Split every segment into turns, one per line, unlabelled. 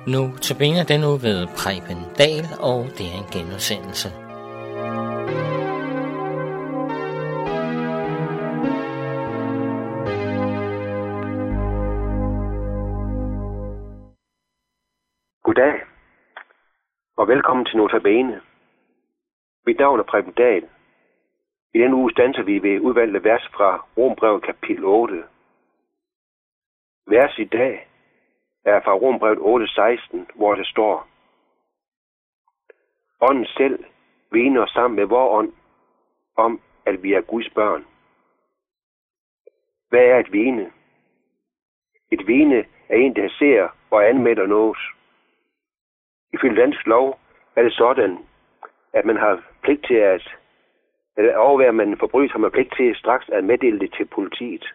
Nu tabiner den nu ved Preben Dahl, og det er en genudsendelse.
Goddag, og velkommen til Notabene. Mit navn er Preben Dahl. I denne uge standser vi ved udvalgte vers fra Rombrevet kapitel 8. Vers i dag er fra Rombrevet 8:16, hvor det står: Ånden selv vidner sammen med vor ånd om, at vi er Guds børn. Hvad er et vidne? Et vidne er en, der ser og anmelder noget. Ifølge dansk lov er det sådan, at man har pligt til at overvære, man en forbrydelse, har man pligt til straks at meddele det til politiet.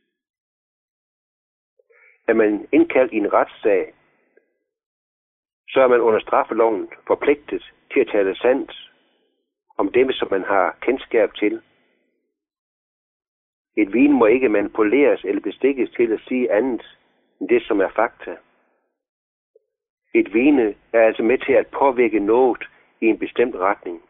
Er man indkaldt i en retssag, så er man under straffeloven forpligtet til at tale sandt om dem, som man har kendskab til. Et vidne må ikke manipuleres eller bestikkes til at sige andet end det, som er fakta. Et vidne er altså med til at påvirke noget i en bestemt retning.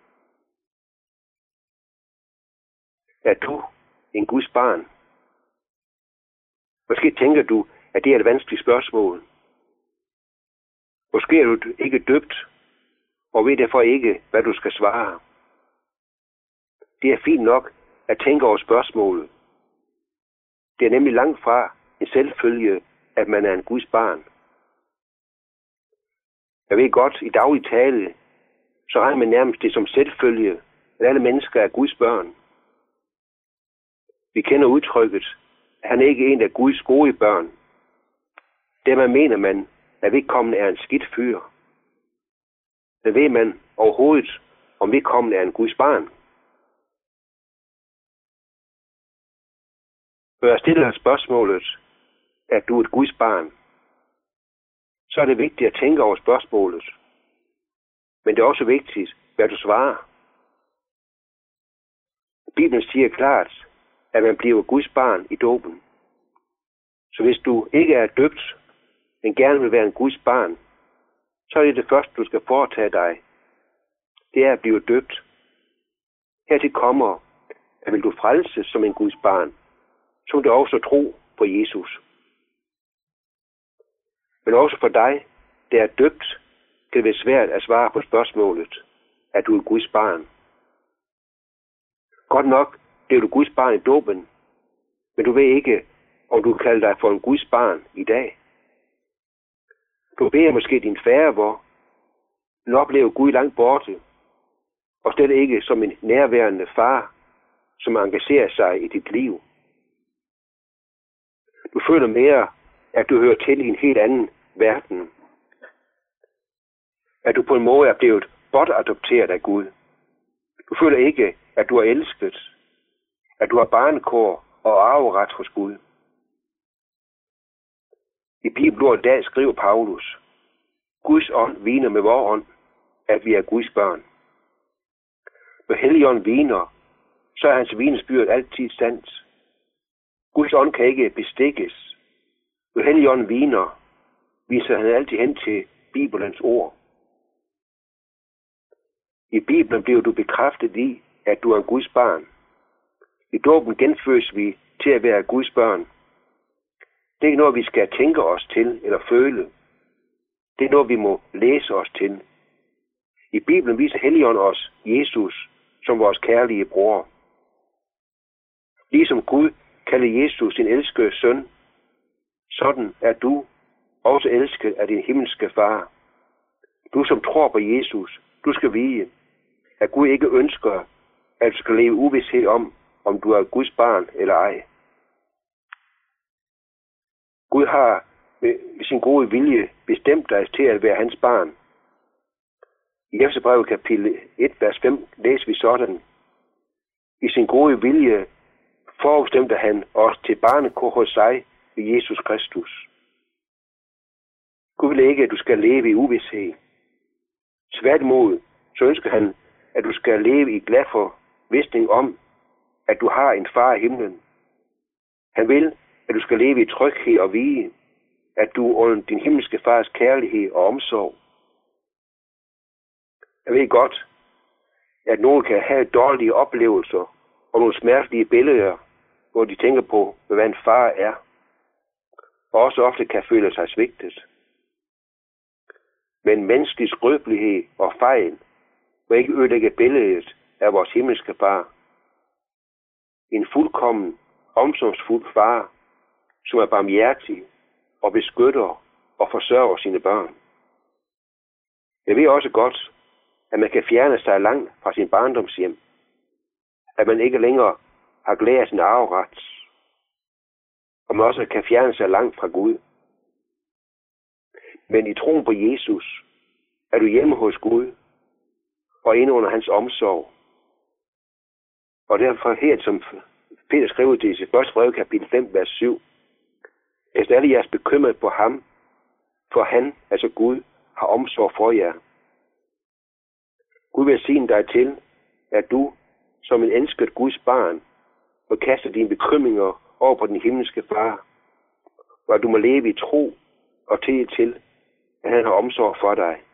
Er du en Guds barn? Måske tænker du, at det er et vanskeligt spørgsmål. Måske er du ikke døbt, og ved derfor ikke, hvad du skal svare. Det er fint nok at tænke over spørgsmålet. Det er nemlig langt fra en selvfølge, at man er en Guds barn. Jeg ved godt, i daglig tale, så regner man nærmest det som selvfølge, at alle mennesker er Guds børn. Vi kender udtrykket, at han er ikke en af Guds gode børn. Dermed mener man, at vedkommende er en skidt fyr. Men ved man overhovedet, om vedkommende er en Guds barn? Når jeg stiller spørgsmålet, at du er et Guds barn, så er det vigtigt at tænke over spørgsmålet. Men det er også vigtigt, hvad du svarer. Bibelen siger klart, at man bliver Guds barn i dåben. Så hvis du ikke er døbt, men gerne vil være en Guds barn, så er det første, du skal foretage dig. Det er at blive døbt. Hertil kommer, at vil du frelses som en Guds barn, så må du også tro på Jesus. Men også for dig, der er døbt, kan det være svært at svare på spørgsmålet, at du er Guds barn. Godt nok bliver du Guds barn i dåben, men du ved ikke, om du kalder dig for en Guds barn i dag. Du beder måske din fader, men oplever Gud langt borte, og slet ikke som en nærværende far, som engagerer sig i dit liv. Du føler mere, at du hører til i en helt anden verden. At du på en måde er blevet bortadopteret af Gud. Du føler ikke, at du er elsket, at du har barnekår og arveret hos Gud. I Bibelordet i dag skriver Paulus: Guds ånd vidner med vor ånd, at vi er Guds børn. Når Helligånden vidner, så er hans vidnesbyrd altid sandt. Guds ånd kan ikke bestikkes. Når Helligånden vidner, viser han altid hen til Bibelens ord. I Bibelen bliver du bekræftet i, at du er en Guds barn. I dåben genfødes vi til at være Guds børn. Det er ikke noget, vi skal tænke os til eller føle. Det er noget, vi må læse os til. I Bibelen viser Helligånden os Jesus som vores kærlige bror. Ligesom Gud kalder Jesus sin elskede søn, sådan er du også elsket af din himmelske far. Du som tror på Jesus, du skal vide, at Gud ikke ønsker, at du skal leve uvished om du er Guds barn eller ej. Gud har ved sin gode vilje bestemt dig til at være hans barn. I Efeserbrevet kapitel 1, vers 5 læser vi sådan: I sin gode vilje forbestemte han os til barnekår hos sig ved Jesus Kristus. Gud vil ikke, at du skal leve i uvished. Tværtimod, så ønsker han, at du skal leve i glad forvisning om, at du har en far i himlen. Han vil, at du skal leve i tryghed og vige, at du er under din himmelske fars kærlighed og omsorg. Jeg ved godt, at nogen kan have dårlige oplevelser og nogle smertelige billeder, hvor de tænker på, hvad en far er, og også ofte kan føle sig svigtet. Men menneskelig skrøbelighed og fejl må ikke ødelægge billedet af vores himmelske far. En fuldkommen, omsorgsfuld far, som er barmhjertig og beskytter og forsørger sine børn. Jeg ved også godt, at man kan fjerne sig langt fra sin barndomshjem. At man ikke længere har glæde af sin arveret. Og man også kan fjerne sig langt fra Gud. Men i troen på Jesus er du hjemme hos Gud og inde under hans omsorg. Og derfor helt som Peter skrev til i sit første brev, kapitel 5, vers 7. Hvis alle jeres bekymret på ham, for han, altså Gud, har omsorg for jer. Gud vil sige dig til, at du, som en elsket Guds barn, må kaste dine bekymringer over på den himmelske far, og at du må leve i tro og tillid til, at han har omsorg for dig.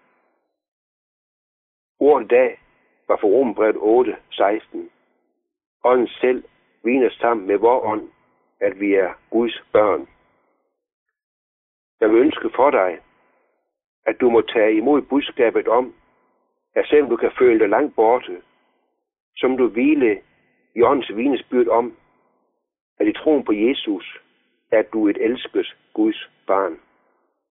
Ordet i dag var fra Romerbrevet 8, 16. Ånden selv viner sammen med vor ånd, at vi er Guds børn. Jeg vil ønske for dig, at du må tage imod budskabet om, at selvom du kan føle dig langt borte, så må du hvile i åndens vidnesbyrd om, at i troen på Jesus er du et elsket Guds barn.